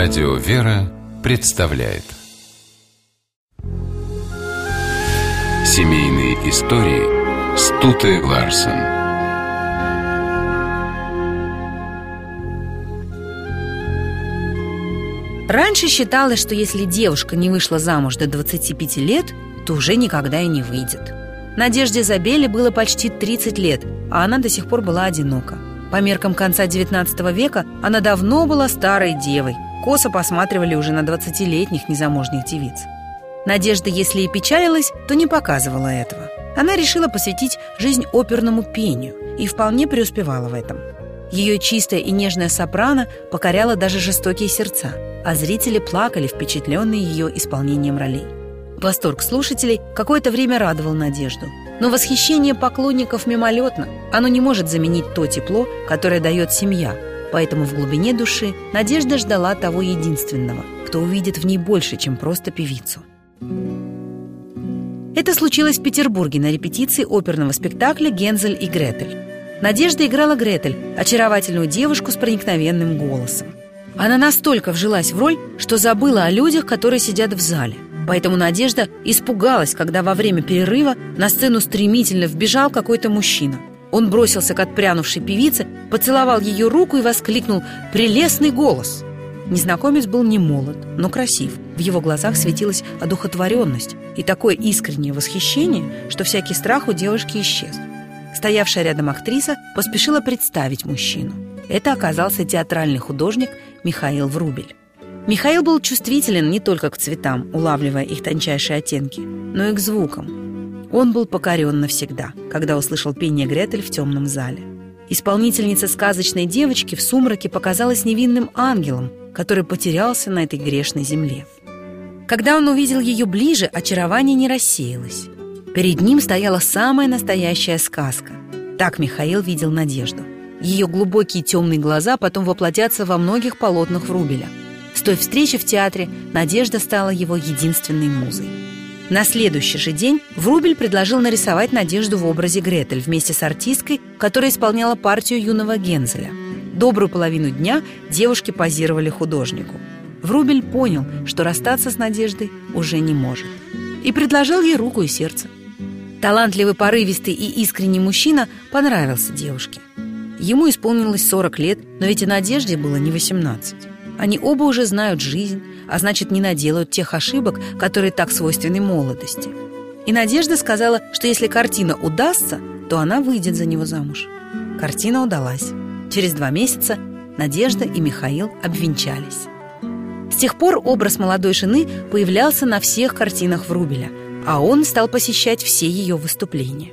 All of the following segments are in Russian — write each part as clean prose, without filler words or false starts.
Радио «Вера» представляет Семейные истории Стуте Ларсен. Раньше считалось, что если девушка не вышла замуж до 25 лет, то уже никогда и не выйдет. Надежде Забеле было почти 30 лет, а она до сих пор была одинока. По меркам конца XIX века она давно была старой девой. Косо посматривали уже на 20-летних незамужних девиц. Надежда, если и печалилась, то не показывала этого. Она решила посвятить жизнь оперному пению и вполне преуспевала в этом. Ее чистая и нежная сопрано покоряла даже жестокие сердца, а зрители плакали, впечатленные ее исполнением ролей. Восторг слушателей какое-то время радовал Надежду. Но восхищение поклонников мимолетно. Оно не может заменить то тепло, которое дает семья. Поэтому в глубине души Надежда ждала того единственного, кто увидит в ней больше, чем просто певицу. Это случилось в Петербурге на репетиции оперного спектакля «Гензель и Гретель». Надежда играла Гретель, очаровательную девушку с проникновенным голосом. Она настолько вжилась в роль, что забыла о людях, которые сидят в зале. Поэтому Надежда испугалась, когда во время перерыва на сцену стремительно вбежал какой-то мужчина. Он бросился к отпрянувшей певице, поцеловал ее руку и воскликнул «Прелестный голос!». Незнакомец был не молод, но красив. В его глазах светилась одухотворенность и такое искреннее восхищение, что всякий страх у девушки исчез. Стоявшая рядом актриса поспешила представить мужчину. Это оказался театральный художник Михаил Врубель. Михаил был чувствителен не только к цветам, улавливая их тончайшие оттенки, но и к звукам. Он был покорен навсегда, когда услышал пение Гретель в темном зале. Исполнительница сказочной девочки в сумраке показалась невинным ангелом, который потерялся на этой грешной земле. Когда он увидел ее ближе, очарование не рассеялось. Перед ним стояла самая настоящая сказка. Так Михаил видел Надежду. Ее глубокие темные глаза потом воплотятся во многих полотнах Врубеля. С той встречи в театре Надежда стала его единственной музой. На следующий же день Врубель предложил нарисовать Надежду в образе Гретель вместе с артисткой, которая исполняла партию юного Гензеля. Добрую половину дня девушки позировали художнику. Врубель понял, что расстаться с Надеждой уже не может, и предложил ей руку и сердце. Талантливый, порывистый и искренний мужчина понравился девушке. Ему исполнилось 40 лет, но ведь и Надежде было не 18. Они оба уже знают жизнь, а значит, не наделают тех ошибок, которые так свойственны молодости. И Надежда сказала, что если картина удастся, то она выйдет за него замуж. Картина удалась. Через 2 месяца Надежда и Михаил обвенчались. С тех пор образ молодой жены появлялся на всех картинах Врубеля, а он стал посещать все ее выступления.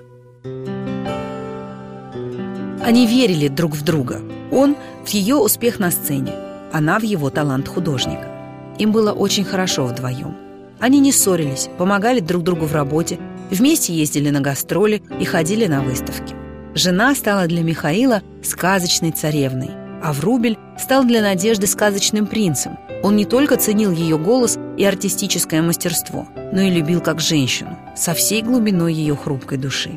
Они верили друг в друга. Он в ее успех на сцене, она в его талант художника. Им было очень хорошо вдвоем. Они не ссорились, помогали друг другу в работе, вместе ездили на гастроли и ходили на выставки. Жена стала для Михаила сказочной царевной, а Врубель стал для Надежды сказочным принцем. Он не только ценил ее голос и артистическое мастерство, но и любил как женщину, со всей глубиной ее хрупкой души.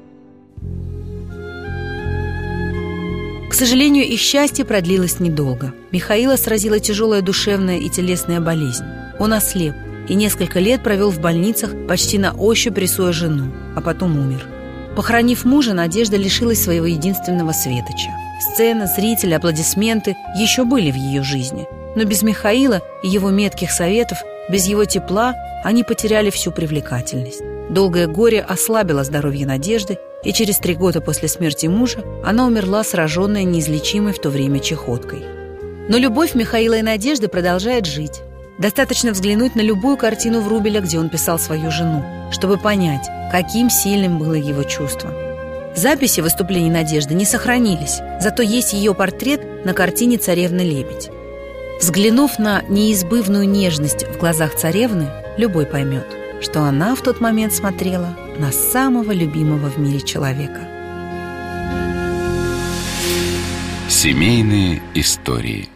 К сожалению, их счастье продлилось недолго. Михаила сразила тяжелая душевная и телесная болезнь. Он ослеп и несколько лет провел в больницах, почти на ощупь рисуя жену, а потом умер. Похоронив мужа, Надежда лишилась своего единственного светоча. Сцена, зрители, аплодисменты еще были в ее жизни. Но без Михаила и его метких советов, без его тепла они потеряли всю привлекательность. Долгое горе ослабило здоровье Надежды, и через 3 года после смерти мужа она умерла, сраженная неизлечимой в то время чахоткой. Но любовь Михаила и Надежды продолжает жить. Достаточно взглянуть на любую картину Врубеля, где он писал свою жену, чтобы понять, каким сильным было его чувство. Записи выступлений Надежды не сохранились, зато есть ее портрет на картине «Царевна-лебедь». Взглянув на неизбывную нежность в глазах царевны, любой поймет, что она в тот момент смотрела на самого любимого в мире человека. Семейные истории.